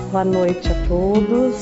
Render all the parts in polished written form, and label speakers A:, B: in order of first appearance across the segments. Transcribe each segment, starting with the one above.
A: Boa noite a todos.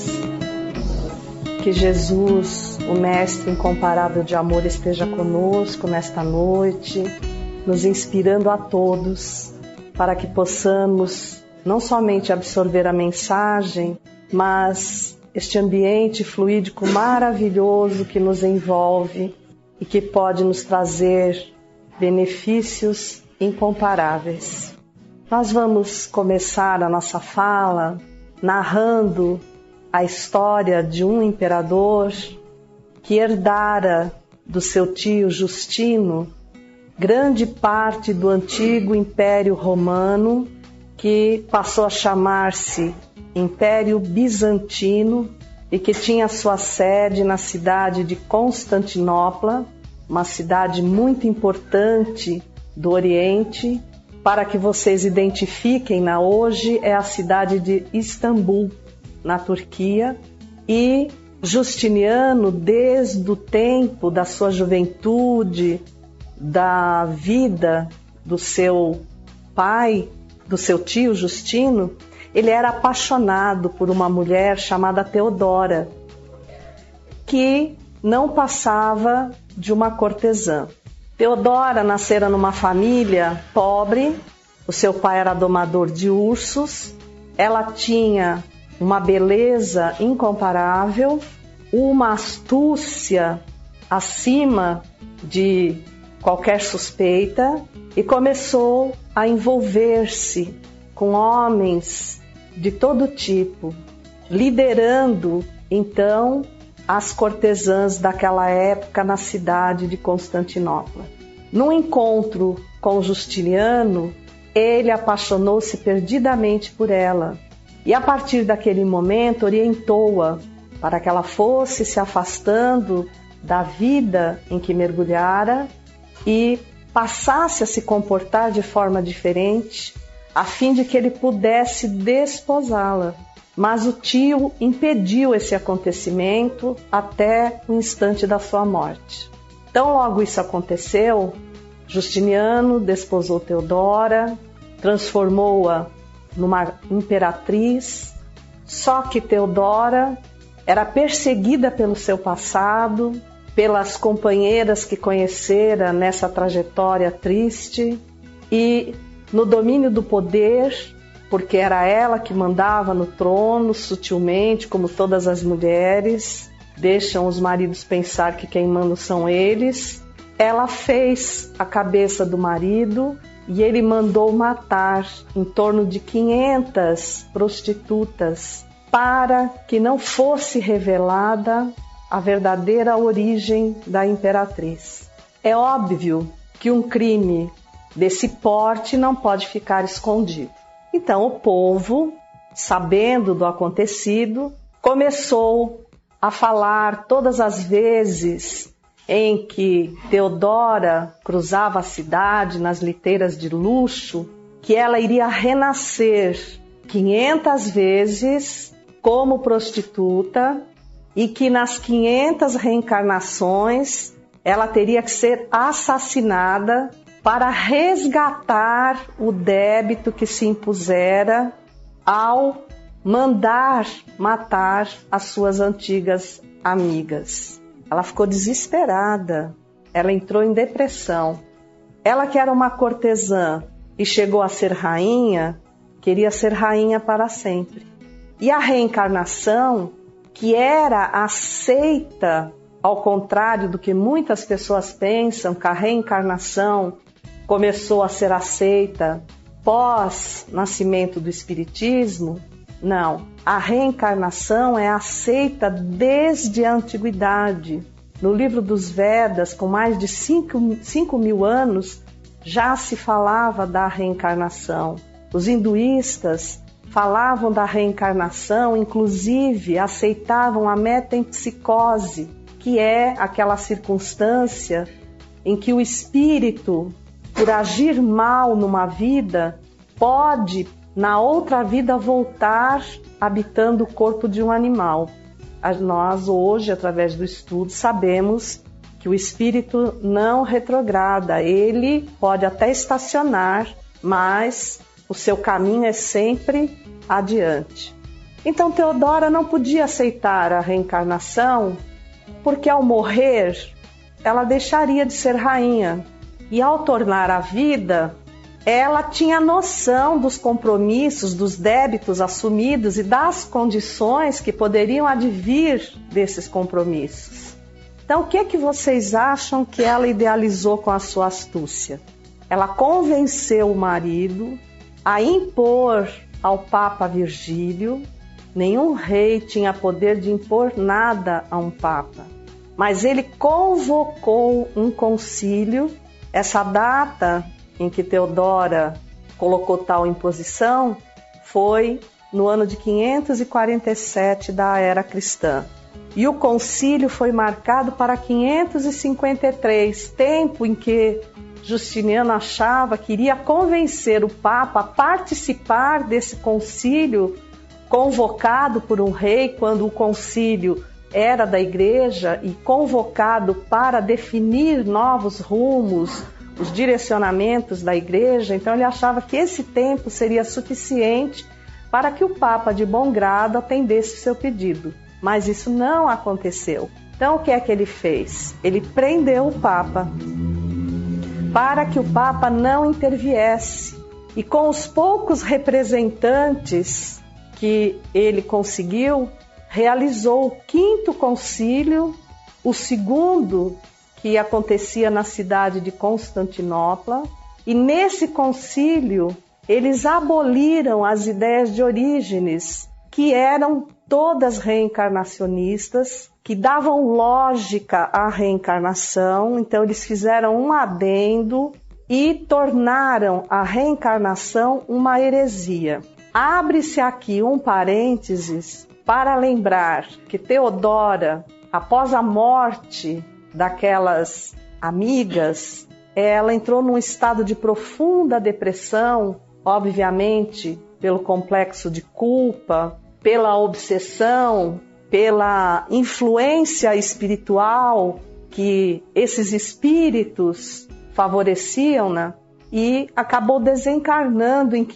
A: Que Jesus, o Mestre incomparável de amor, esteja conosco nesta noite, nos inspirando a todos, para que possamos não somente absorver a mensagem, mas este ambiente fluídico maravilhoso que nos envolve e que pode nos trazer benefícios incomparáveis. Nós vamos começar a nossa fala narrando a história de um imperador que herdara do seu tio Justino grande parte do antigo Império Romano, que passou a chamar-se Império Bizantino e que tinha sua sede na cidade de Constantinopla, uma cidade muito importante do Oriente. Para que vocês identifiquem, hoje é a cidade de Istambul, na Turquia, e Justiniano, desde o tempo da sua juventude, da vida do seu pai, do seu tio Justino, ele era apaixonado por uma mulher chamada Teodora, que não passava de uma cortesã. Teodora nascera numa família pobre, o seu pai era domador de ursos, ela tinha uma beleza incomparável, uma astúcia acima de qualquer suspeita e começou a envolver-se com homens de todo tipo, liderando então as cortesãs daquela época na cidade de Constantinopla. Num encontro com Justiniano, ele apaixonou-se perdidamente por ela e a partir daquele momento orientou-a para que ela fosse se afastando da vida em que mergulhara e passasse a se comportar de forma diferente, a fim de que ele pudesse desposá-la. Mas o tio impediu esse acontecimento até o instante da sua morte. Então, logo isso aconteceu, Justiniano desposou Teodora, transformou-a numa imperatriz, só que Teodora era perseguida pelo seu passado, pelas companheiras que conhecera nessa trajetória triste, e no domínio do poder, porque era ela que mandava no trono sutilmente, como todas as mulheres, deixam os maridos pensar que quem manda são eles. Ela fez a cabeça do marido e ele mandou matar em torno de 500 prostitutas para que não fosse revelada a verdadeira origem da imperatriz. É óbvio que um crime desse porte não pode ficar escondido. Então o povo, sabendo do acontecido, começou a falar todas as vezes em que Teodora cruzava a cidade nas liteiras de luxo, que ela iria renascer 500 vezes como prostituta e que nas 500 reencarnações ela teria que ser assassinada para resgatar o débito que se impusera ao mandar matar as suas antigas amigas. Ela ficou desesperada, ela entrou em depressão. Ela que era uma cortesã e chegou a ser rainha, queria ser rainha para sempre. E a reencarnação, que era aceita, ao contrário do que muitas pessoas pensam, que a reencarnação começou a ser aceita pós-nascimento do Espiritismo, não. A reencarnação é aceita desde a antiguidade. No livro dos Vedas, com mais de 5.000 anos, já se falava da reencarnação. Os hinduístas falavam da reencarnação, inclusive aceitavam a metempsicose, que é aquela circunstância em que o espírito, por agir mal numa vida, pode, na outra vida, voltar habitando o corpo de um animal. Nós hoje, através do estudo, sabemos que o espírito não retrograda, ele pode até estacionar, mas o seu caminho é sempre adiante. Então Teodora não podia aceitar a reencarnação, porque ao morrer ela deixaria de ser rainha. E ao tornar a vida, ela tinha noção dos compromissos, dos débitos assumidos e das condições que poderiam advir desses compromissos. Então, o que é que vocês acham que ela idealizou com a sua astúcia? Ela convenceu o marido a impor ao Papa Virgílio. Nenhum rei tinha poder de impor nada a um Papa, mas ele convocou um concílio. Essa data em que Teodora colocou tal imposição foi no ano de 547 da era cristã. E o concílio foi marcado para 553, tempo em que Justiniano achava que iria convencer o Papa a participar desse concílio convocado por um rei, quando o concílio era da igreja e convocado para definir novos rumos, os direcionamentos da igreja. Então ele achava que esse tempo seria suficiente para que o Papa de bom grado atendesse o seu pedido. Mas isso não aconteceu. Então o que é que ele fez? Ele prendeu o Papa para que o Papa não interviesse. E com os poucos representantes que ele conseguiu, realizou o 5º concílio, o 2º que acontecia na cidade de Constantinopla. E nesse concílio eles aboliram as ideias de Orígenes, que eram todas reencarnacionistas, que davam lógica à reencarnação. Então eles fizeram um adendo e tornaram a reencarnação uma heresia. Abre-se aqui um parênteses para lembrar que Teodora, após a morte daquelas amigas, ela entrou num estado de profunda depressão, obviamente pelo complexo de culpa, pela obsessão, pela influência espiritual que esses espíritos favoreciam, e acabou desencarnando em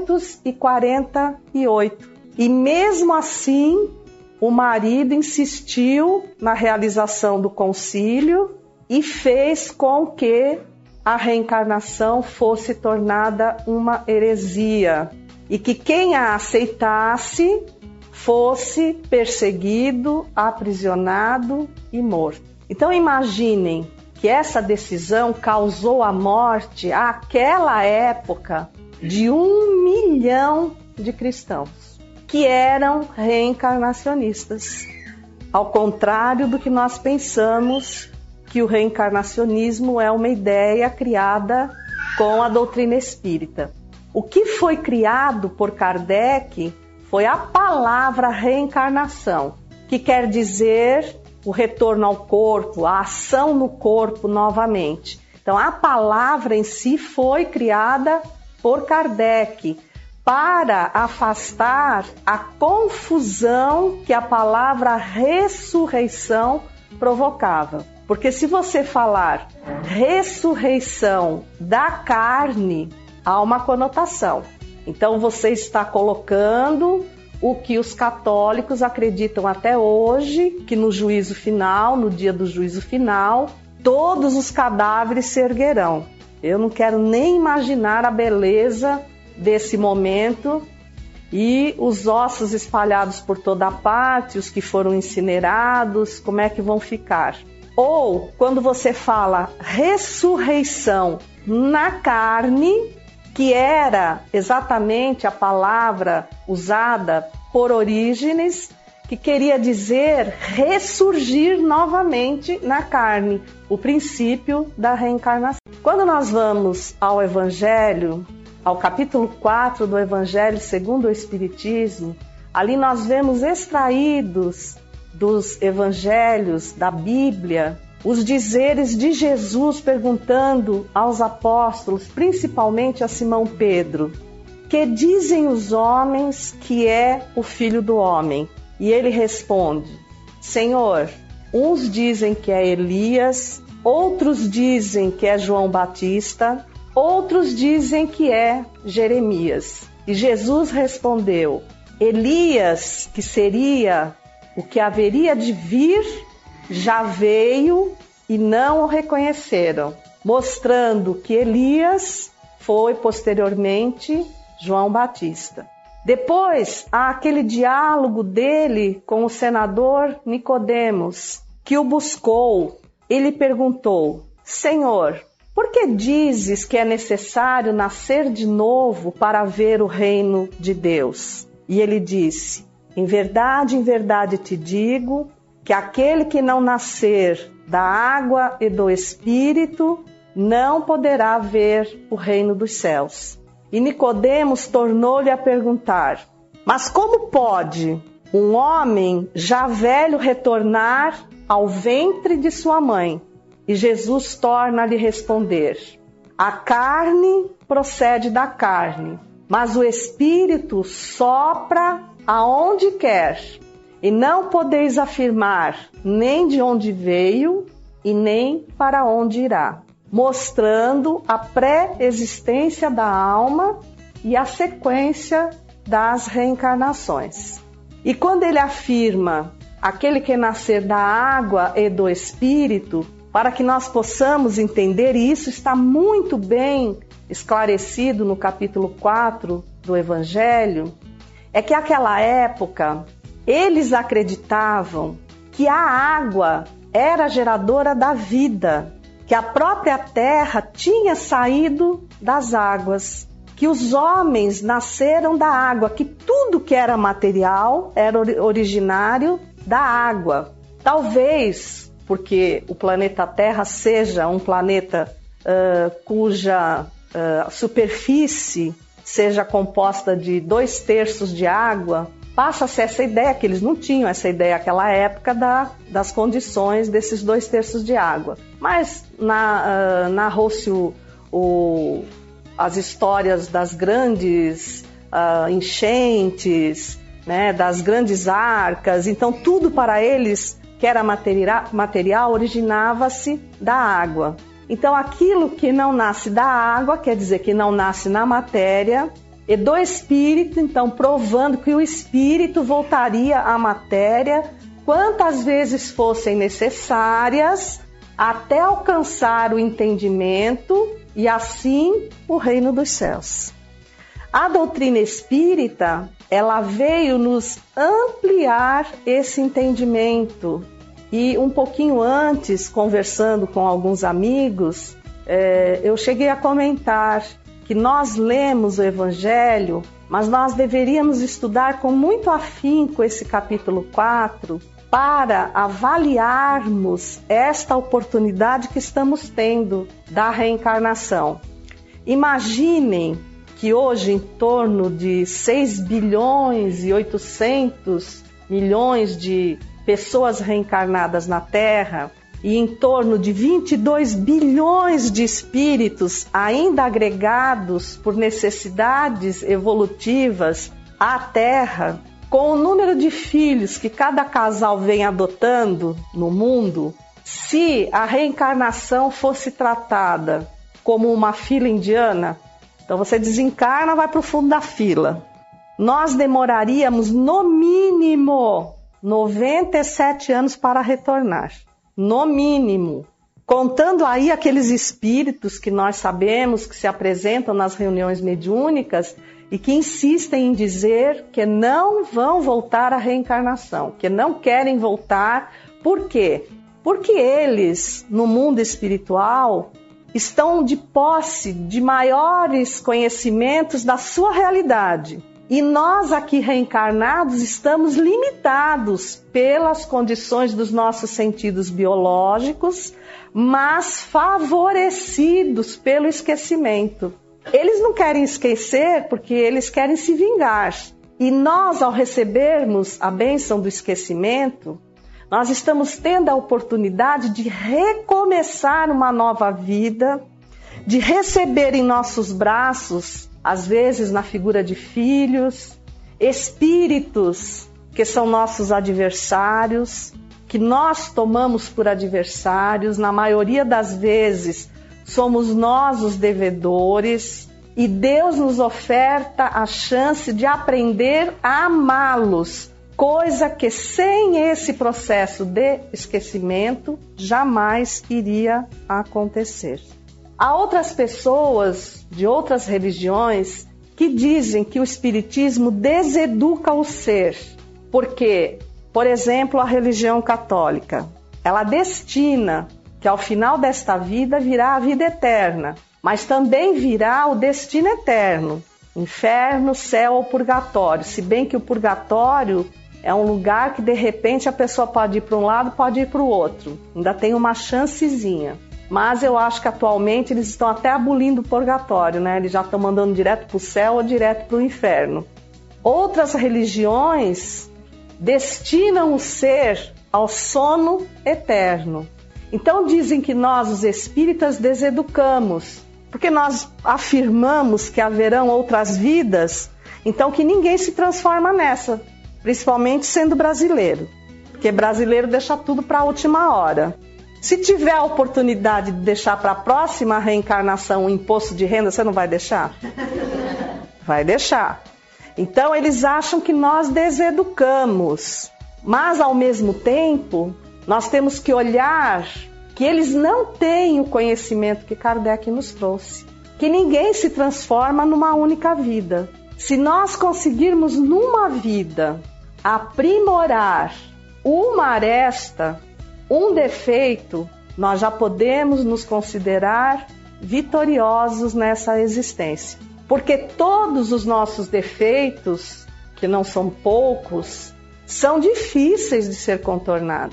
A: 548. E mesmo assim, o marido insistiu na realização do concílio e fez com que a reencarnação fosse tornada uma heresia e que quem a aceitasse fosse perseguido, aprisionado e morto. Então imaginem que essa decisão causou a morte, àquela época, de 1 milhão de cristãos, que eram reencarnacionistas. Ao contrário do que nós pensamos, que o reencarnacionismo é uma ideia criada com a doutrina espírita. O que foi criado por Kardec foi a palavra reencarnação, que quer dizer o retorno ao corpo, a ação no corpo novamente. Então a palavra em si foi criada por Kardec para afastar a confusão que a palavra ressurreição provocava. Porque se você falar ressurreição da carne, há uma conotação. Então você está colocando o que os católicos acreditam até hoje, que no juízo final, no dia do juízo final, todos os cadáveres se erguerão. Eu não quero nem imaginar a beleza desse momento, e os ossos espalhados por toda parte, os que foram incinerados, como é que vão ficar? Ou, quando você fala ressurreição na carne, que era exatamente a palavra usada por Orígenes, que queria dizer ressurgir novamente na carne, o princípio da reencarnação. Quando nós vamos ao Evangelho, ao capítulo 4 do Evangelho segundo o Espiritismo, ali nós vemos extraídos dos Evangelhos, da Bíblia, os dizeres de Jesus perguntando aos apóstolos, principalmente a Simão Pedro: que dizem os homens que é o Filho do Homem? E ele responde: Senhor, uns dizem que é Elias, outros dizem que é João Batista, outros dizem que é Jeremias. E Jesus respondeu: Elias, que seria o que haveria de vir, já veio e não o reconheceram, mostrando que Elias foi posteriormente João Batista. Depois, há aquele diálogo dele com o senador Nicodemos, que o buscou. Ele perguntou: Senhor, por que dizes que é necessário nascer de novo para ver o reino de Deus? E ele disse: em verdade te digo que aquele que não nascer da água e do Espírito não poderá ver o reino dos céus. E Nicodemos tornou-lhe a perguntar: mas como pode um homem já velho retornar ao ventre de sua mãe? E Jesus torna a lhe responder: a carne procede da carne, mas o Espírito sopra aonde quer, e não podeis afirmar nem de onde veio e nem para onde irá, mostrando a pré-existência da alma e a sequência das reencarnações. E quando ele afirma aquele que nascer da água e do Espírito, para que nós possamos entender, e isso está muito bem esclarecido no capítulo 4 do Evangelho, é que naquela época eles acreditavam que a água era geradora da vida, que a própria terra tinha saído das águas, que os homens nasceram da água, que tudo que era material era originário da água. Talvez porque o planeta Terra seja um planeta cuja superfície seja composta de 2/3 de água, passa-se essa ideia, que eles não tinham essa ideia naquela época das condições desses 2/3 de água. Mas narrou-se as histórias das grandes enchentes, né, das grandes arcas. Então tudo para eles que era material originava-se da água. Então aquilo que não nasce da água quer dizer que não nasce na matéria, e do Espírito, então provando que o Espírito voltaria à matéria quantas vezes fossem necessárias até alcançar o entendimento e assim o reino dos céus. A doutrina espírita, ela veio nos ampliar esse entendimento. E um pouquinho antes, conversando com alguns amigos, eu cheguei a comentar que nós lemos o Evangelho, mas nós deveríamos estudar com muito afinco esse capítulo 4 para avaliarmos esta oportunidade que estamos tendo da reencarnação. Imaginem que hoje em torno de 6 bilhões e 800 milhões de pessoas reencarnadas na Terra e em torno de 22 bilhões de espíritos ainda agregados por necessidades evolutivas à Terra, com o número de filhos que cada casal vem adotando no mundo, se a reencarnação fosse tratada como uma fila indiana, então você desencarna, vai para o fundo da fila, nós demoraríamos no mínimo 97 anos para retornar. No mínimo. Contando aí aqueles espíritos que nós sabemos que se apresentam nas reuniões mediúnicas e que insistem em dizer que não vão voltar à reencarnação, que não querem voltar. Por quê? Porque eles, no mundo espiritual, estão de posse de maiores conhecimentos da sua realidade. E nós aqui reencarnados estamos limitados pelas condições dos nossos sentidos biológicos, mas favorecidos pelo esquecimento. Eles não querem esquecer porque eles querem se vingar. E nós, ao recebermos a bênção do esquecimento, nós estamos tendo a oportunidade de recomeçar uma nova vida, de receber em nossos braços, às vezes na figura de filhos, espíritos que são nossos adversários, que nós tomamos por adversários, na maioria das vezes somos nós os devedores, E Deus nos oferta a chance de aprender a amá-los, coisa que sem esse processo de esquecimento jamais iria acontecer. Há outras pessoas de outras religiões que dizem que o Espiritismo deseduca o ser, porque, por exemplo, a religião católica, ela destina que ao final desta vida virá a vida eterna, mas também virá o destino eterno, inferno, céu ou purgatório, se bem que o purgatório é um lugar que de repente a pessoa pode ir para um lado, pode ir para o outro, ainda tem uma chancezinha. Mas eu acho que atualmente eles estão até abolindo o purgatório, né? Eles já estão mandando direto para o céu ou direto para o inferno. Outras religiões destinam o ser ao sono eterno. Então dizem que nós, os espíritas, deseducamos, porque nós afirmamos que haverão outras vidas, então que ninguém se transforma nessa, principalmente sendo brasileiro, porque brasileiro deixa tudo para a última hora. Se tiver a oportunidade de deixar para a próxima reencarnação um imposto de renda, você não vai deixar? Vai deixar. Então eles acham que nós deseducamos, mas ao mesmo tempo nós temos que olhar que eles não têm o conhecimento que Kardec nos trouxe, que ninguém se transforma numa única vida. Se nós conseguirmos numa vida aprimorar uma aresta, um defeito, nós já podemos nos considerar vitoriosos nessa existência. Porque todos os nossos defeitos, que não são poucos, são difíceis de ser contornados.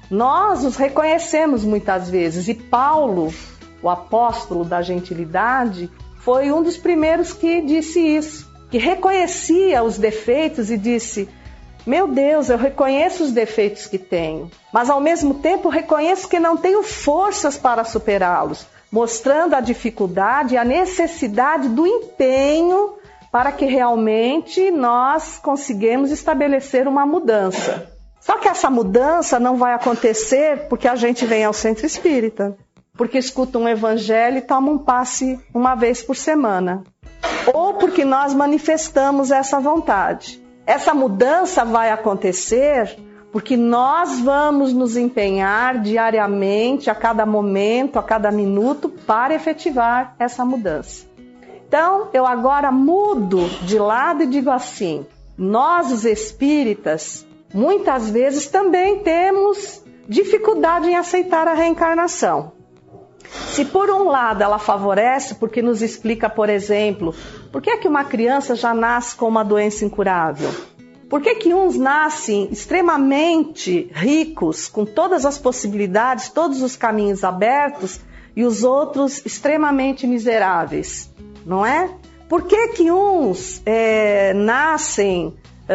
A: Nós os reconhecemos muitas vezes, e Paulo, o apóstolo da gentilidade, foi um dos primeiros que disse isso, que reconhecia os defeitos e disse: meu Deus, eu reconheço os defeitos que tenho, mas ao mesmo tempo reconheço que não tenho forças para superá-los, mostrando a dificuldade e a necessidade do empenho para que realmente nós consigamos estabelecer uma mudança. Só que essa mudança não vai acontecer porque a gente vem ao centro espírita, porque escuta um evangelho e toma um passe uma vez por semana, ou porque nós manifestamos essa vontade. Essa mudança vai acontecer porque nós vamos nos empenhar diariamente, a cada momento, a cada minuto, para efetivar essa mudança. Então, eu agora mudo de lado e digo assim: nós, os espíritas, muitas vezes também temos dificuldade em aceitar a reencarnação. Se por um lado ela favorece, porque nos explica, por exemplo, por que uma criança já nasce com uma doença incurável? Por que uns nascem extremamente ricos, com todas as possibilidades, todos os caminhos abertos, e os outros extremamente miseráveis? Não é? Por que uns nascem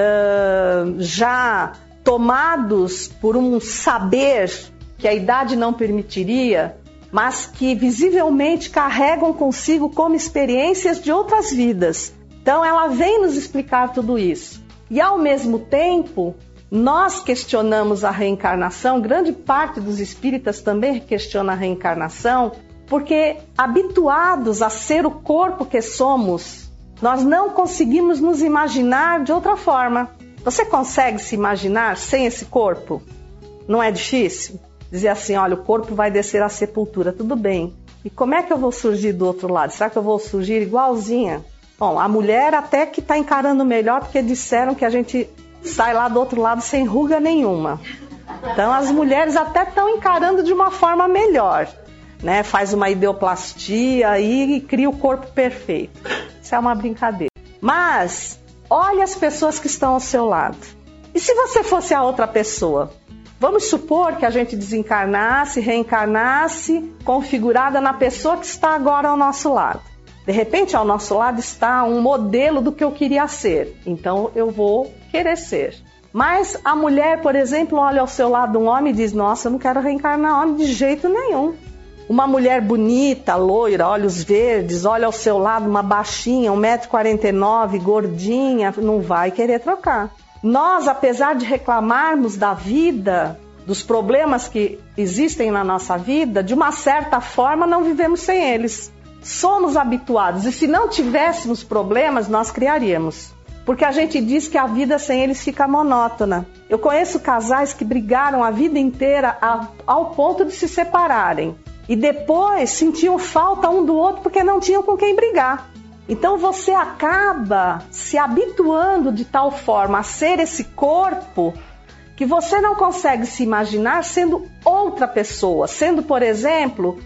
A: já tomados por um saber que a idade não permitiria, mas que visivelmente carregam consigo como experiências de outras vidas? Então ela vem nos explicar tudo isso. E ao mesmo tempo, nós questionamos a reencarnação, grande parte dos espíritas também questiona a reencarnação, porque habituados a ser o corpo que somos, nós não conseguimos nos imaginar de outra forma. Você consegue se imaginar sem esse corpo? Não é difícil? Dizer assim: olha, o corpo vai descer à sepultura, tudo bem. E como é que eu vou surgir do outro lado? Será que eu vou surgir igualzinha? Bom, a mulher até que está encarando melhor, porque disseram que a gente sai lá do outro lado sem ruga nenhuma. Então as mulheres até estão encarando de uma forma melhor, né? Faz uma ideoplastia e cria o corpo perfeito. Isso é uma brincadeira. Mas olhe as pessoas que estão ao seu lado. E se você fosse a outra pessoa? Vamos supor que a gente desencarnasse, reencarnasse, configurada na pessoa que está agora ao nosso lado. De repente, ao nosso lado está um modelo do que eu queria ser. Então, eu vou querer ser. Mas a mulher, por exemplo, olha ao seu lado um homem e diz: nossa, eu não quero reencarnar homem de jeito nenhum. Uma mulher bonita, loira, olhos verdes, olha ao seu lado uma baixinha, 1,49 m, gordinha, não vai querer trocar. Nós, apesar de reclamarmos da vida, dos problemas que existem na nossa vida, de uma certa forma não vivemos sem eles. somos habituados. E se não tivéssemos problemas, nós criaríamos. Porque a gente diz que a vida sem eles fica monótona. Eu conheço casais que brigaram a vida inteira ao ponto de se separarem. E depois sentiam falta um do outro porque não tinham com quem brigar. Então você acaba se habituando de tal forma a ser esse corpo que você não consegue se imaginar sendo outra pessoa. Sendo, por exemplo,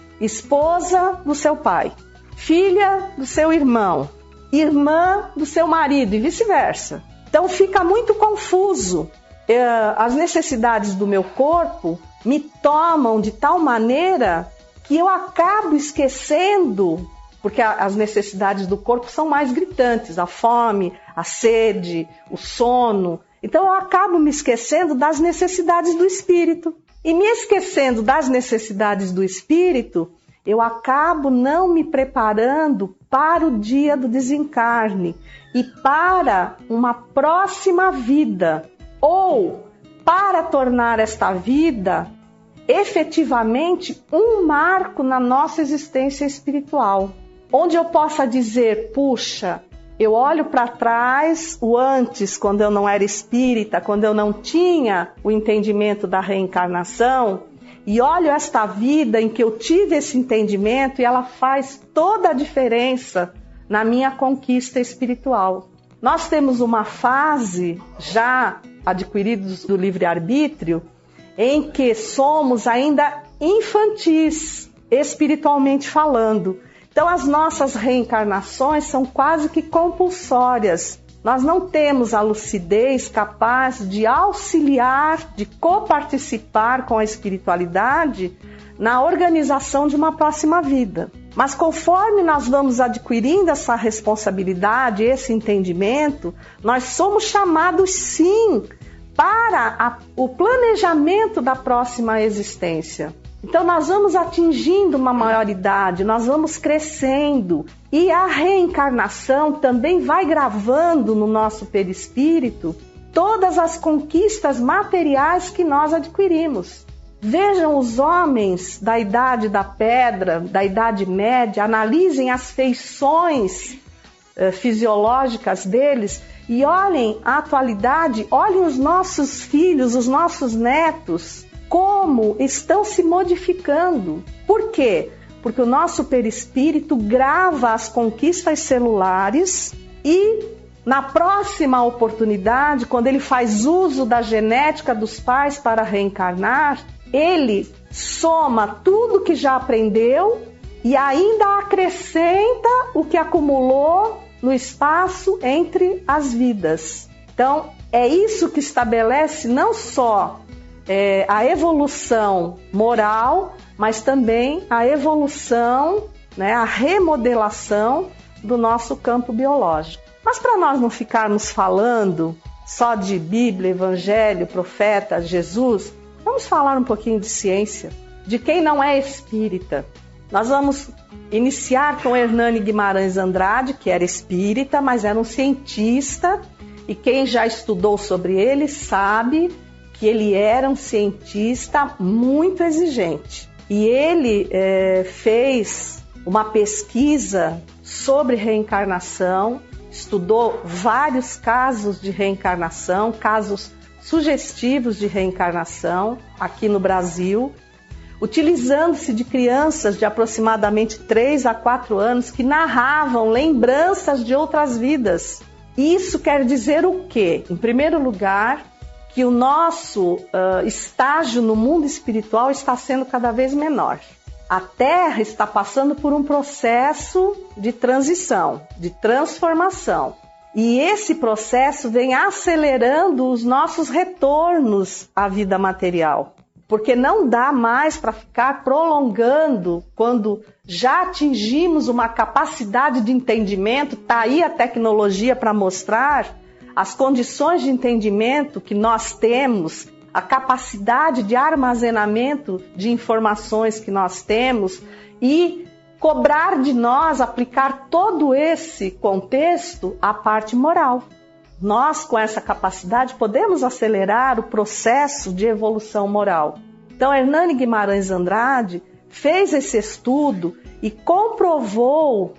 A: esposa do seu pai, filha do seu irmão, irmã do seu marido e vice-versa. Então fica muito confuso. As necessidades do meu corpo me tomam de tal maneira que eu acabo esquecendo, porque as necessidades do corpo são mais gritantes, a fome, a sede, o sono. Então eu acabo me esquecendo das necessidades do espírito. E me esquecendo das necessidades do espírito, eu acabo não me preparando para o dia do desencarne e para uma próxima vida, ou para tornar esta vida efetivamente um marco na nossa existência espiritual, onde eu possa dizer, puxa, eu olho para trás, o antes, quando eu não era espírita, quando eu não tinha o entendimento da reencarnação, e olho esta vida em que eu tive esse entendimento e ela faz toda a diferença na minha conquista espiritual. Nós temos uma fase já adquiridos do livre-arbítrio em que somos ainda infantis, espiritualmente falando. Então as nossas reencarnações são quase que compulsórias. Nós não temos a lucidez capaz de auxiliar, de coparticipar com a espiritualidade na organização de uma próxima vida. Mas conforme nós vamos adquirindo essa responsabilidade, esse entendimento, nós somos chamados sim para o planejamento da próxima existência. Então nós vamos atingindo uma maioridade, nós vamos crescendo e a reencarnação também vai gravando no nosso perispírito todas as conquistas materiais que nós adquirimos. Vejam os homens da Idade da Pedra, da Idade Média, analisem as feições fisiológicas deles e olhem a atualidade, olhem os nossos filhos, os nossos netos, como estão se modificando. Por quê? Porque o nosso perispírito grava as conquistas celulares e, na próxima oportunidade, quando ele faz uso da genética dos pais para reencarnar, ele soma tudo que já aprendeu e ainda acrescenta o que acumulou no espaço entre as vidas. Então, é isso que estabelece não só a evolução moral, mas também a evolução, a remodelação do nosso campo biológico. Mas para nós não ficarmos falando só de Bíblia, Evangelho, profeta, Jesus, vamos falar um pouquinho de ciência, de quem não é espírita. Nós vamos iniciar com Hernani Guimarães Andrade, que era espírita, mas era um cientista, e quem já estudou sobre ele sabe que ele era um cientista muito exigente. E ele fez uma pesquisa sobre reencarnação, estudou vários casos de reencarnação, casos sugestivos de reencarnação aqui no Brasil, utilizando-se de crianças de aproximadamente 3 a 4 anos que narravam lembranças de outras vidas. Isso quer dizer o quê? Em primeiro lugar, que o nosso estágio no mundo espiritual está sendo cada vez menor. A Terra está passando por um processo de transição, de transformação. E esse processo vem acelerando os nossos retornos à vida material. Porque não dá mais para ficar prolongando quando já atingimos uma capacidade de entendimento, está aí a tecnologia para mostrar as condições de entendimento que nós temos, a capacidade de armazenamento de informações que nós temos e cobrar de nós aplicar todo esse contexto à parte moral. Nós, com essa capacidade, podemos acelerar o processo de evolução moral. Então, Hernani Guimarães Andrade fez esse estudo e comprovou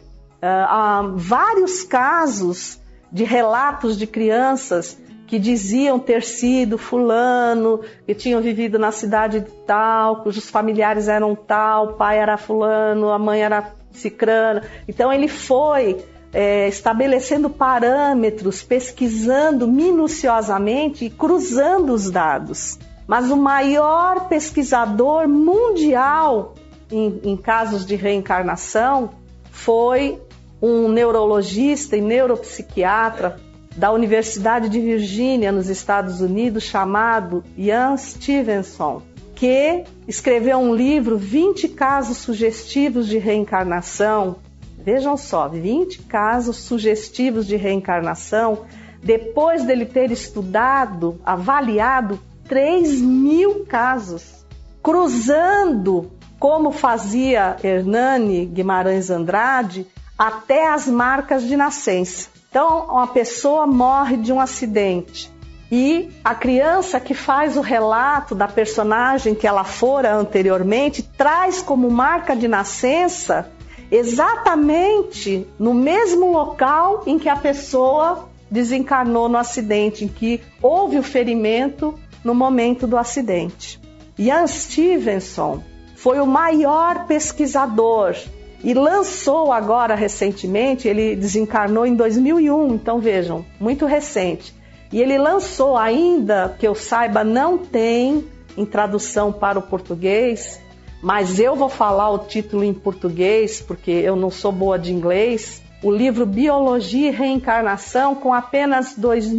A: vários casos de relatos de crianças que diziam ter sido fulano, que tinham vivido na cidade tal, cujos familiares eram tal, o pai era fulano, a mãe era cicrana. Então ele foi estabelecendo parâmetros, pesquisando minuciosamente e cruzando os dados. Mas o maior pesquisador mundial em casos de reencarnação foi um neurologista e neuropsiquiatra da Universidade de Virgínia, nos Estados Unidos, chamado Ian Stevenson, que escreveu um livro, 20 casos sugestivos de reencarnação. Vejam só, 20 casos sugestivos de reencarnação, depois dele ter estudado, avaliado 3.000 casos, cruzando, como fazia Hernani Guimarães Andrade, até as marcas de nascença. Então, uma pessoa morre de um acidente e a criança que faz o relato da personagem que ela fora anteriormente traz como marca de nascença exatamente no mesmo local em que a pessoa desencarnou no acidente, em que houve o ferimento no momento do acidente. Ian Stevenson foi o maior pesquisador e lançou agora recentemente, ele desencarnou em 2001, então vejam, muito recente. E ele lançou ainda, que eu saiba, não tem em tradução para o português, mas eu vou falar o título em português, porque eu não sou boa de inglês, o livro Biologia e Reencarnação, com apenas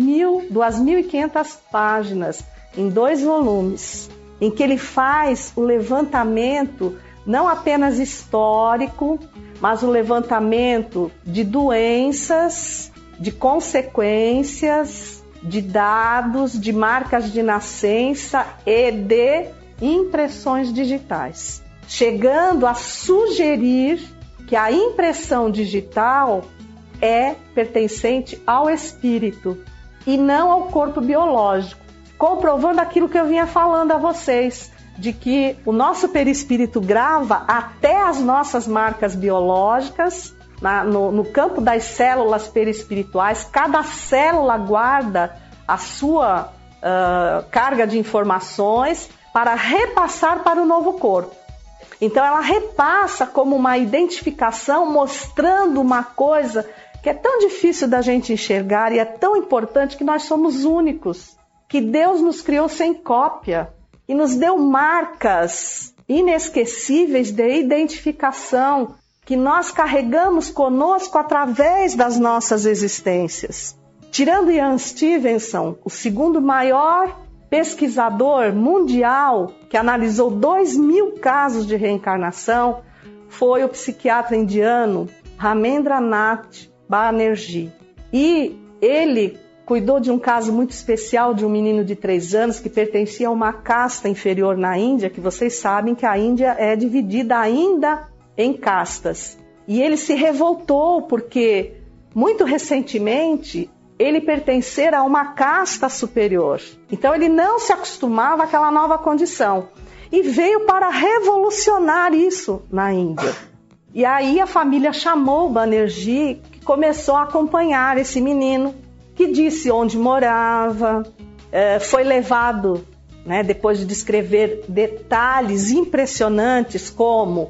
A: 2.500 páginas, em 2 volumes, em que ele faz o levantamento não apenas histórico, mas o levantamento de doenças, de consequências, de dados, de marcas de nascença e de impressões digitais, chegando a sugerir que a impressão digital é pertencente ao espírito e não ao corpo biológico, comprovando aquilo que eu vinha falando a vocês, de que o nosso perispírito grava até as nossas marcas biológicas, no campo das células perispirituais. Cada célula guarda a sua carga de informações para repassar para o novo corpo. Então ela repassa como uma identificação, mostrando uma coisa que é tão difícil da gente enxergar e é tão importante, que nós somos únicos, que Deus nos criou sem cópia e nos deu marcas inesquecíveis de identificação que nós carregamos conosco através das nossas existências. Tirando Ian Stevenson, o segundo maior pesquisador mundial que analisou 2.000 casos de reencarnação, foi o psiquiatra indiano Ramendranath Banerjee. E ele cuidou de um caso muito especial de um menino de 3 anos que pertencia a uma casta inferior na Índia, que vocês sabem que a Índia é dividida ainda em castas. E ele se revoltou porque, muito recentemente, ele pertencera a uma casta superior. Então ele não se acostumava àquela nova condição. E veio para revolucionar isso na Índia. E aí a família chamou o Banerjee, que começou a acompanhar esse menino, que disse onde morava, foi levado, depois de descrever detalhes impressionantes como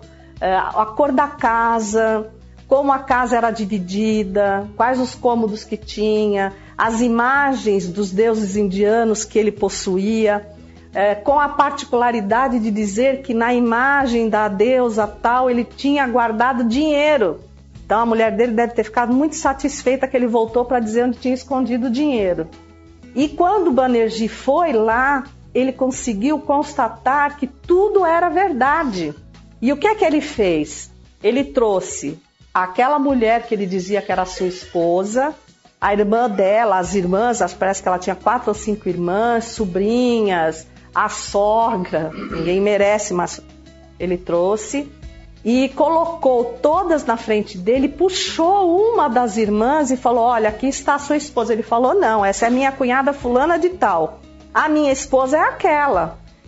A: a cor da casa, como a casa era dividida, quais os cômodos que tinha, as imagens dos deuses indianos que ele possuía, com a particularidade de dizer que na imagem da deusa tal ele tinha guardado dinheiro. Então a mulher dele deve ter ficado muito satisfeita que ele voltou para dizer onde tinha escondido o dinheiro. E quando o Banerjee foi lá, ele conseguiu constatar que tudo era verdade. E o que é que ele fez? Ele trouxe aquela mulher que ele dizia que era sua esposa, a irmã dela, as irmãs, parece que ela tinha 4 ou 5 irmãs, sobrinhas, a sogra, ninguém merece, mas ele trouxe, e colocou todas na frente dele, puxou uma das irmãs e falou: olha, aqui está a sua esposa. Ele falou: não, essa é minha cunhada fulana de tal, a minha esposa é aquela.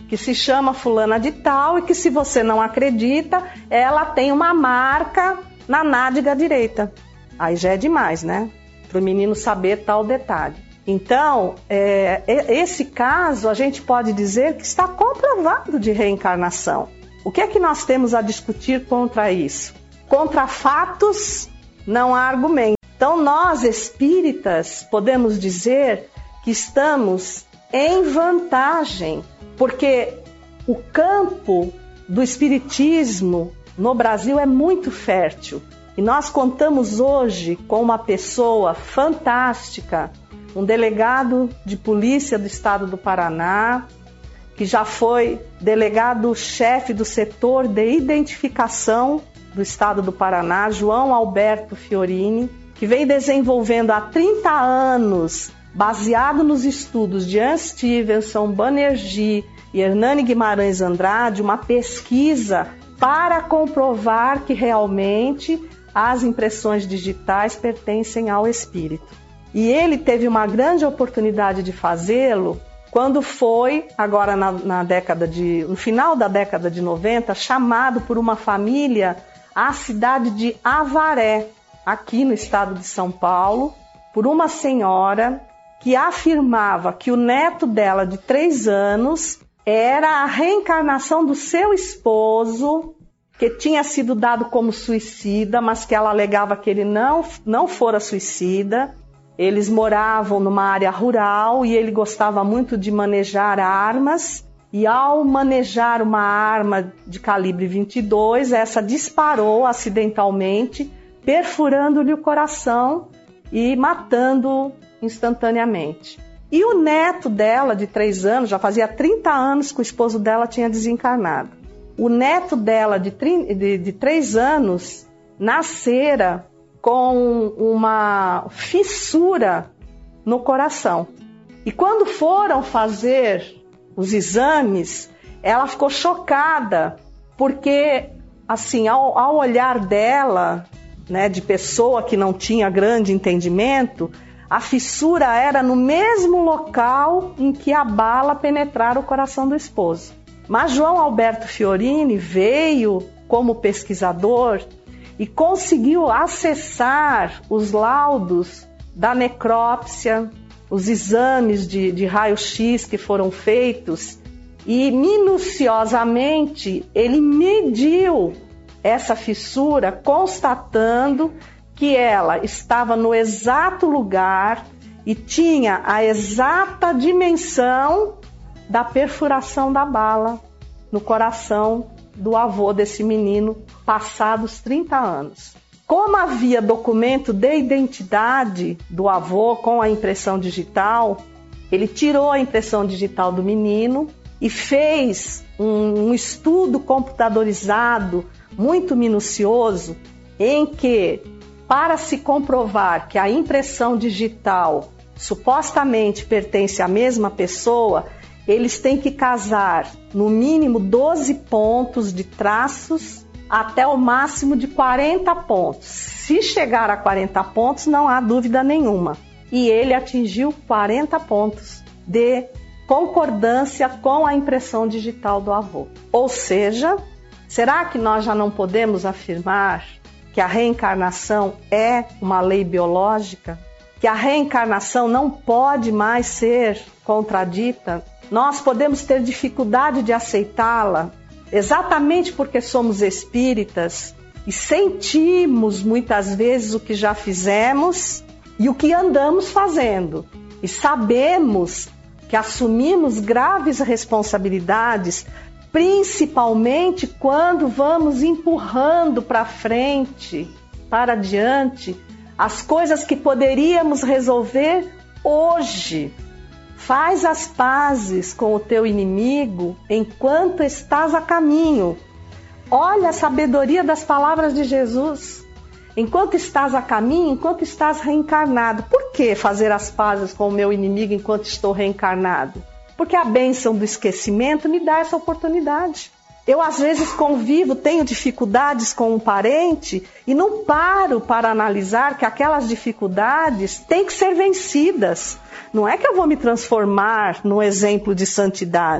A: que se chama fulana de tal e que, se você não acredita, ela tem uma marca na nádega direita. Aí já é demais, né? Para o menino saber tal detalhe. Então, esse caso a gente pode dizer que está comprovado de reencarnação. O que é que nós temos a discutir contra isso? Contra fatos não há argumento. Então, nós espíritas podemos dizer que estamos em vantagem, porque o campo do espiritismo no Brasil é muito fértil. E nós contamos hoje com uma pessoa fantástica, um delegado de polícia do estado do Paraná, que já foi delegado-chefe do setor de identificação do estado do Paraná, João Alberto Fiorini, que vem desenvolvendo há 30 anos, baseado nos estudos de Ian Stevenson, Banerjee e Hernani Guimarães Andrade, uma pesquisa para comprovar que realmente as impressões digitais pertencem ao espírito. E ele teve uma grande oportunidade de fazê-lo quando foi, agora no final da década de 90, chamado por uma família à cidade de Avaré, aqui no estado de São Paulo, por uma senhora que afirmava que o neto dela, de 3 anos, era a reencarnação do seu esposo, que tinha sido dado como suicida, mas que ela alegava que ele não fora suicida. Eles moravam numa área rural e ele gostava muito de manejar armas. E ao manejar uma arma de calibre 22, essa disparou acidentalmente, perfurando-lhe o coração e matando-o instantaneamente. E o neto dela, de 3 anos, já fazia 30 anos que o esposo dela tinha desencarnado. O neto dela, de 3 anos, nascera com uma fissura no coração. E quando foram fazer os exames, ela ficou chocada, porque, assim, ao olhar dela, né, de pessoa que não tinha grande entendimento, a fissura era no mesmo local em que a bala penetrara o coração do esposo. Mas João Alberto Fiorini veio como pesquisador e conseguiu acessar os laudos da necrópsia, os exames de raio-x que foram feitos, e minuciosamente ele mediu essa fissura, constatando que ela estava no exato lugar e tinha a exata dimensão da perfuração da bala no coração do avô desse menino, passados 30 anos. Como havia documento de identidade do avô com a impressão digital, ele tirou a impressão digital do menino e fez um estudo computadorizado muito minucioso, em que, para se comprovar que a impressão digital supostamente pertence à mesma pessoa, eles têm que casar no mínimo 12 pontos de traços até o máximo de 40 pontos. Se chegar a 40 pontos, não há dúvida nenhuma. E ele atingiu 40 pontos de concordância com a impressão digital do avô. Ou seja, será que nós já não podemos afirmar que a reencarnação é uma lei biológica? Que a reencarnação não pode mais ser contradita? Nós podemos ter dificuldade de aceitá-la exatamente porque somos espíritas e sentimos muitas vezes o que já fizemos e o que andamos fazendo. E sabemos que assumimos graves responsabilidades, principalmente quando vamos empurrando para frente, para diante, as coisas que poderíamos resolver hoje. Faz as pazes com o teu inimigo enquanto estás a caminho. Olha a sabedoria das palavras de Jesus. Enquanto estás a caminho, enquanto estás reencarnado. Por que fazer as pazes com o meu inimigo enquanto estou reencarnado? Porque a bênção do esquecimento me dá essa oportunidade. Eu, às vezes, convivo, tenho dificuldades com um parente e não paro para analisar que aquelas dificuldades têm que ser vencidas. Não é que eu vou me transformar no exemplo de santidade.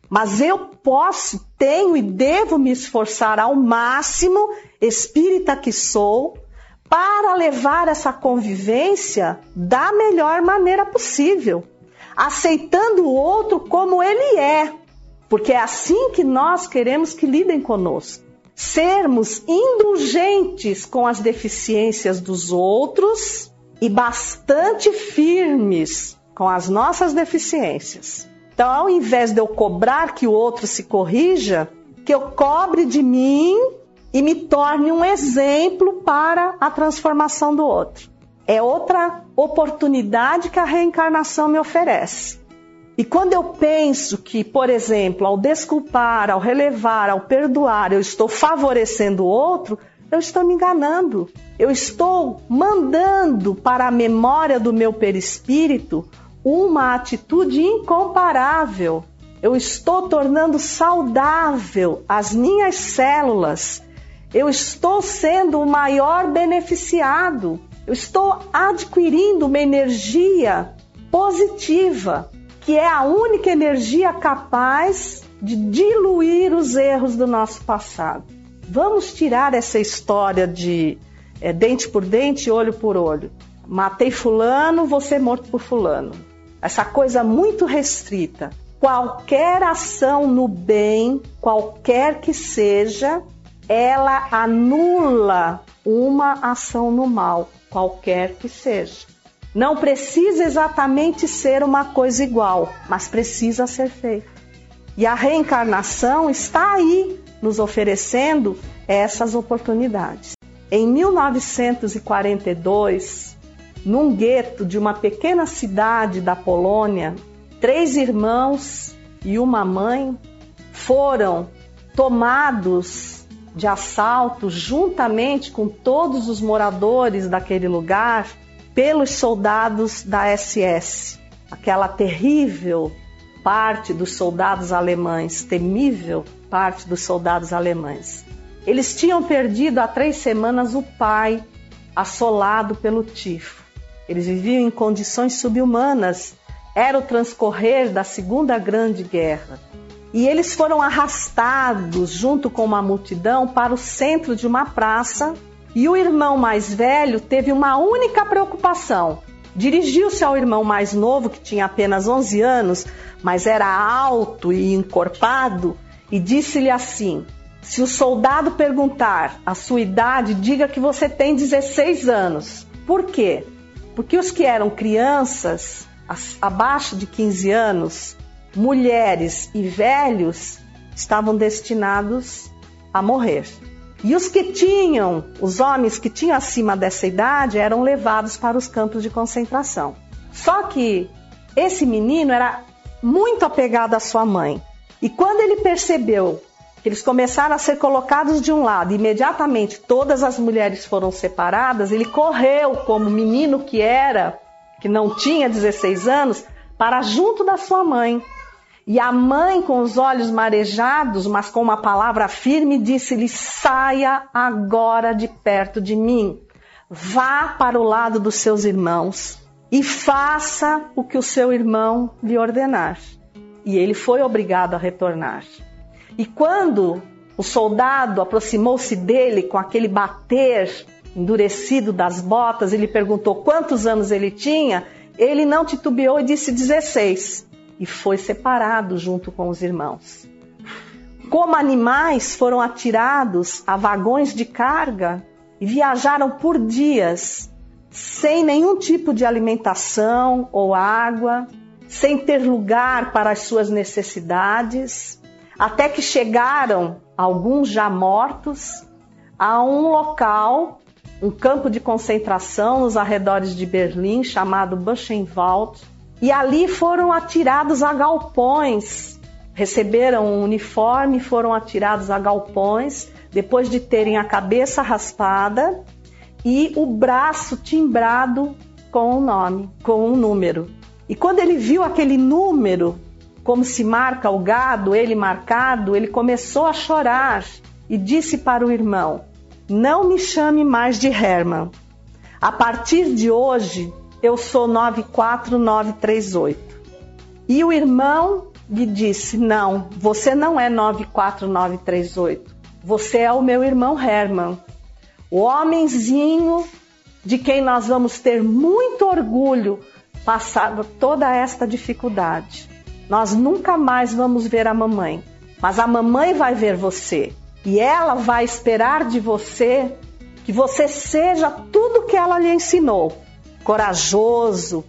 A: Mas eu posso, tenho e devo me esforçar ao máximo, espírita que sou, para levar essa convivência da melhor maneira possível, aceitando o outro como ele é, porque é assim que nós queremos que lidem conosco. Sermos indulgentes com as deficiências dos outros e bastante firmes com as nossas deficiências. Então, ao invés de eu cobrar que o outro se corrija, que eu cobre de mim e me torne um exemplo para a transformação do outro. É outra oportunidade que a reencarnação me oferece. E quando eu penso que, por exemplo, ao desculpar, ao relevar, ao perdoar, eu estou favorecendo o outro, eu estou me enganando. Eu estou mandando para a memória do meu perispírito uma atitude incomparável. Eu estou tornando saudável as minhas células. Eu estou sendo o maior beneficiado. Eu estou adquirindo uma energia positiva, que é a única energia capaz de diluir os erros do nosso passado. Vamos tirar essa história de dente por dente, olho por olho. Matei fulano, vou ser morto por fulano. Essa coisa muito restrita. Qualquer ação no bem, qualquer que seja, ela anula uma ação no mal, qualquer que seja. Não precisa exatamente ser uma coisa igual, mas precisa ser feita. E a reencarnação está aí, nos oferecendo essas oportunidades. Em 1942, num gueto de uma pequena cidade da Polônia, 3 irmãos e uma mãe foram tomados de assalto juntamente com todos os moradores daquele lugar pelos soldados da SS, aquela terrível parte dos soldados alemães, temível parte dos soldados alemães. Eles tinham perdido há 3 semanas o pai, assolado pelo tifo. Eles viviam em condições subhumanas. Era o transcorrer da Segunda Grande Guerra. E eles foram arrastados junto com uma multidão para o centro de uma praça. E o irmão mais velho teve uma única preocupação. Dirigiu-se ao irmão mais novo, que tinha apenas 11 anos, mas era alto e encorpado, e disse-lhe assim: se o soldado perguntar a sua idade, diga que você tem 16 anos. Por quê? Porque os que eram crianças, abaixo de 15 anos, mulheres e velhos, estavam destinados a morrer. E os homens que tinham acima dessa idade, eram levados para os campos de concentração. Só que esse menino era muito apegado à sua mãe. E quando ele percebeu que eles começaram a ser colocados de um lado, e imediatamente todas as mulheres foram separadas, ele correu como menino que era, que não tinha 16 anos, para junto da sua mãe. E a mãe, com os olhos marejados, mas com uma palavra firme, disse-lhe: saia agora de perto de mim. Vá para o lado dos seus irmãos e faça o que o seu irmão lhe ordenar. E ele foi obrigado a retornar. E quando o soldado aproximou-se dele com aquele bater endurecido das botas, ele perguntou quantos anos ele tinha, ele não titubeou e disse 16. E foi separado junto com os irmãos. Como animais, foram atirados a vagões de carga e viajaram por dias, sem nenhum tipo de alimentação ou água, sem ter lugar para as suas necessidades, até que chegaram, alguns já mortos, a um local, um campo de concentração nos arredores de Berlim, chamado Buchenwald, e ali foram atirados a galpões, receberam um uniforme, foram atirados a galpões, depois de terem a cabeça raspada e o braço timbrado com um nome, com um número. E quando ele viu aquele número, como se marca o gado, ele marcado, ele começou a chorar e disse para o irmão: não me chame mais de Hermann. A partir de hoje, eu sou 94938. E o irmão lhe disse: não, você não é 94938, você é o meu irmão Herman, o homenzinho de quem nós vamos ter muito orgulho passado toda esta dificuldade. Nós nunca mais vamos ver a mamãe, mas a mamãe vai ver você e ela vai esperar de você que você seja tudo que ela lhe ensinou, corajoso,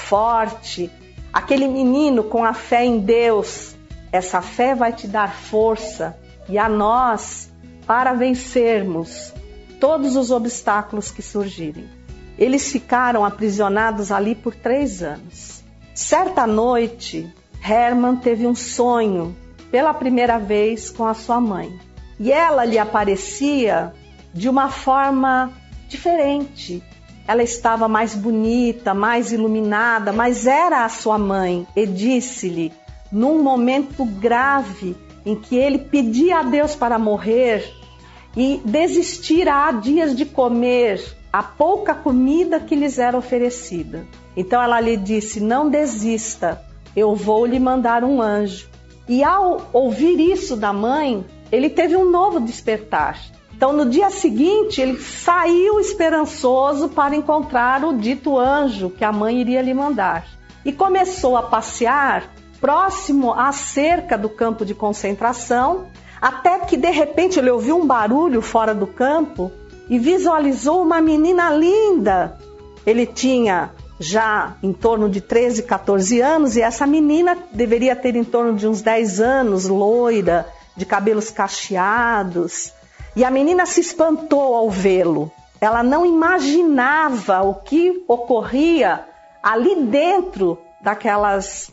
A: forte, aquele menino com a fé em Deus. Essa fé vai te dar força e a nós para vencermos todos os obstáculos que surgirem. Eles ficaram aprisionados ali por 3 anos. Certa noite, Herman teve um sonho pela primeira vez com a sua mãe. E ela lhe aparecia de uma forma diferente. Ela estava mais bonita, mais iluminada, mas era a sua mãe. E disse-lhe, num momento grave em que ele pedia a Deus para morrer e desistir há dias de comer a pouca comida que lhes era oferecida. Então ela lhe disse: não desista, eu vou lhe mandar um anjo. E ao ouvir isso da mãe, ele teve um novo despertar. Então no dia seguinte ele saiu esperançoso para encontrar o dito anjo que a mãe iria lhe mandar. E começou a passear próximo à cerca do campo de concentração, até que de repente ele ouviu um barulho fora do campo e visualizou uma menina linda. Ele tinha já em torno de 13, 14 anos e essa menina deveria ter em torno de uns 10 anos, loira, de cabelos cacheados. E a menina se espantou ao vê-lo. Ela não imaginava o que ocorria ali dentro daquelas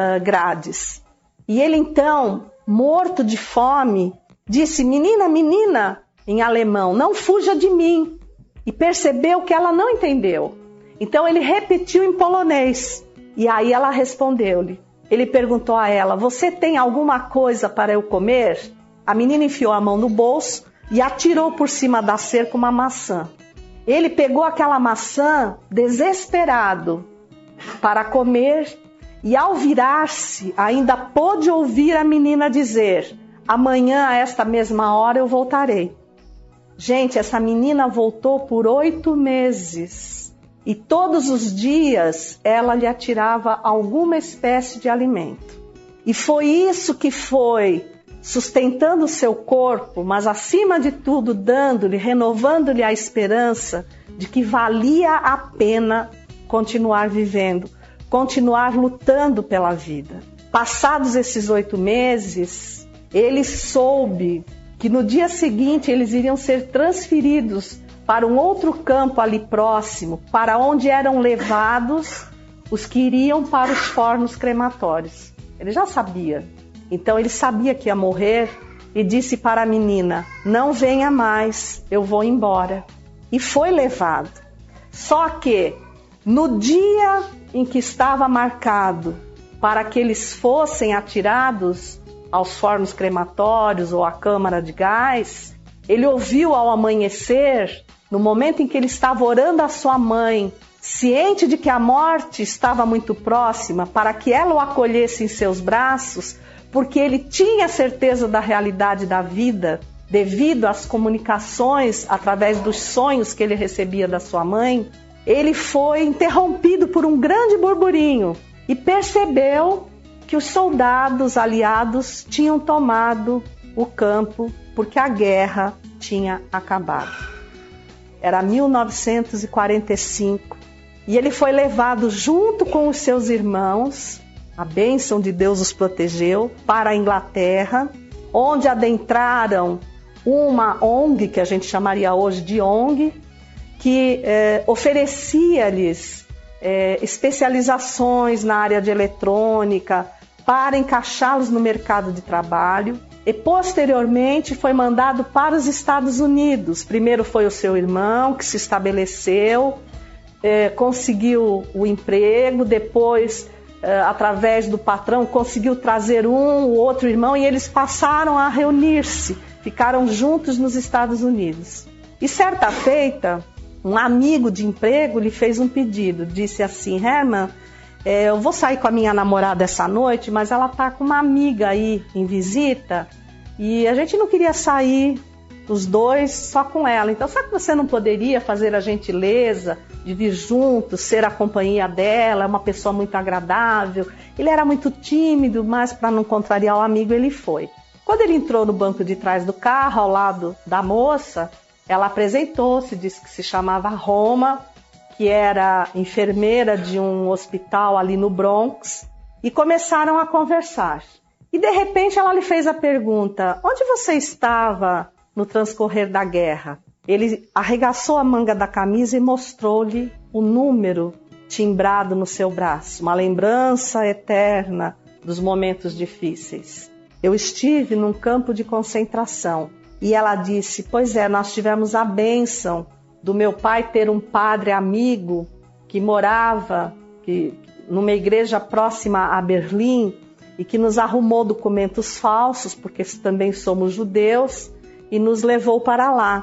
A: grades. E ele então, morto de fome, disse: menina, menina, em alemão, não fuja de mim. E percebeu que ela não entendeu. Então ele repetiu em polonês. E aí ela respondeu-lhe. Ele perguntou a ela: você tem alguma coisa para eu comer? A menina enfiou a mão no bolso e atirou por cima da cerca uma maçã. Ele pegou aquela maçã desesperado para comer e ao virar-se ainda pôde ouvir a menina dizer: amanhã a esta mesma hora eu voltarei. Gente, essa menina voltou por 8 meses e todos os dias ela lhe atirava alguma espécie de alimento. E foi isso que foi sustentando o seu corpo, mas acima de tudo dando-lhe, renovando-lhe a esperança de que valia a pena continuar vivendo, continuar lutando pela vida. Passados esses 8 meses, ele soube que no dia seguinte eles iriam ser transferidos para um outro campo ali próximo, para onde eram levados os que iriam para os fornos crematórios. Ele já sabia. Então ele sabia que ia morrer e disse para a menina: não venha mais, eu vou embora. E foi levado. Só que no dia em que estava marcado para que eles fossem atirados aos fornos crematórios ou à câmara de gás, ele ouviu ao amanhecer, no momento em que ele estava orando a sua mãe, ciente de que a morte estava muito próxima, para que ela o acolhesse em seus braços, porque ele tinha certeza da realidade da vida, devido às comunicações através dos sonhos que ele recebia da sua mãe. Ele foi interrompido por um grande burburinho e percebeu que os soldados aliados tinham tomado o campo porque a guerra tinha acabado. Era 1945 e ele foi levado junto com os seus irmãos, a bênção de Deus os protegeu, para a Inglaterra, onde adentraram uma ONG, que a gente chamaria hoje de ONG, que oferecia-lhes especializações na área de eletrônica para encaixá-los no mercado de trabalho. E posteriormente foi mandado para os Estados Unidos. Primeiro foi o seu irmão, que se estabeleceu, conseguiu o emprego, depois, através do patrão, conseguiu trazer o outro irmão e eles passaram a reunir-se, ficaram juntos nos Estados Unidos. E certa feita, um amigo de emprego lhe fez um pedido, disse assim: Herman, eu vou sair com a minha namorada essa noite, mas ela tá com uma amiga aí em visita e a gente não queria sair os dois só com ela. Então, será que você não poderia fazer a gentileza de vir juntos, ser a companhia dela? É uma pessoa muito agradável. Ele era muito tímido, mas para não contrariar o amigo, ele foi. Quando ele entrou no banco de trás do carro, ao lado da moça, ela apresentou-se, disse que se chamava Roma, que era enfermeira de um hospital ali no Bronx, e começaram a conversar. E de repente ela lhe fez a pergunta: onde você estava no transcorrer da guerra? Ele arregaçou a manga da camisa e mostrou-lhe o número timbrado no seu braço, uma lembrança eterna dos momentos difíceis. Eu estive num campo de concentração. E ela disse: pois é, nós tivemos a bênção do meu pai ter um padre amigo que morava numa igreja próxima a Berlim e que nos arrumou documentos falsos, porque também somos judeus, e nos levou para lá.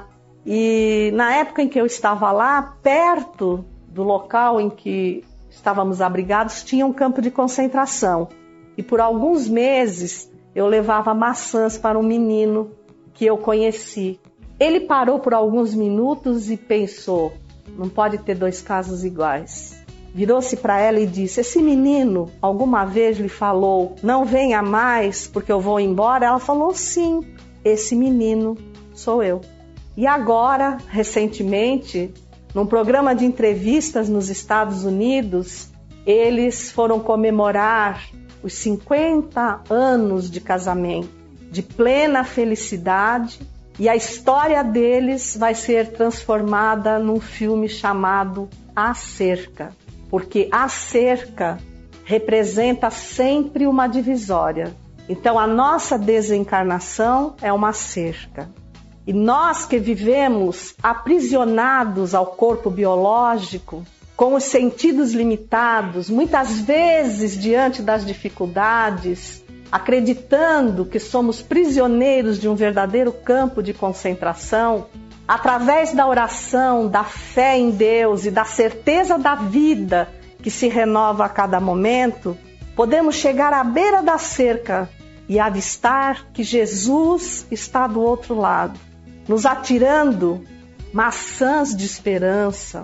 A: E na época em que eu estava lá, perto do local em que estávamos abrigados, tinha um campo de concentração. E por alguns meses eu levava maçãs para um menino que eu conheci. Ele parou por alguns minutos e pensou: não pode ter dois casos iguais. Virou-se para ela e disse: esse menino alguma vez lhe falou, não venha mais porque eu vou embora? Ela falou: sim, esse menino sou eu. E agora, recentemente, num programa de entrevistas nos Estados Unidos, eles foram comemorar os 50 anos de casamento, de plena felicidade, e a história deles vai ser transformada num filme chamado A Cerca, porque a cerca representa sempre uma divisória. Então a nossa desencarnação é uma cerca. E nós que vivemos aprisionados ao corpo biológico, com os sentidos limitados, muitas vezes diante das dificuldades, acreditando que somos prisioneiros de um verdadeiro campo de concentração, através da oração, da fé em Deus e da certeza da vida que se renova a cada momento, podemos chegar à beira da cerca e avistar que Jesus está do outro lado, nos atirando maçãs de esperança,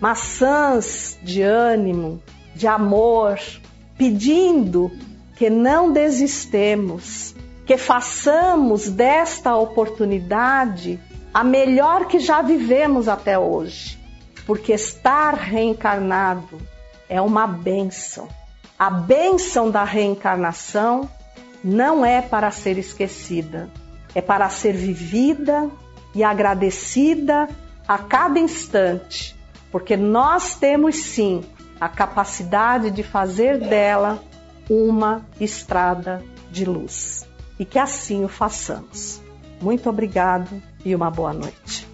A: maçãs de ânimo, de amor, pedindo que não desistemos, que façamos desta oportunidade a melhor que já vivemos até hoje, porque estar reencarnado é uma bênção. A bênção da reencarnação não é para ser esquecida, é para ser vivida e agradecida a cada instante, porque nós temos sim a capacidade de fazer dela uma estrada de luz. E que assim o façamos. Muito obrigado e uma boa noite.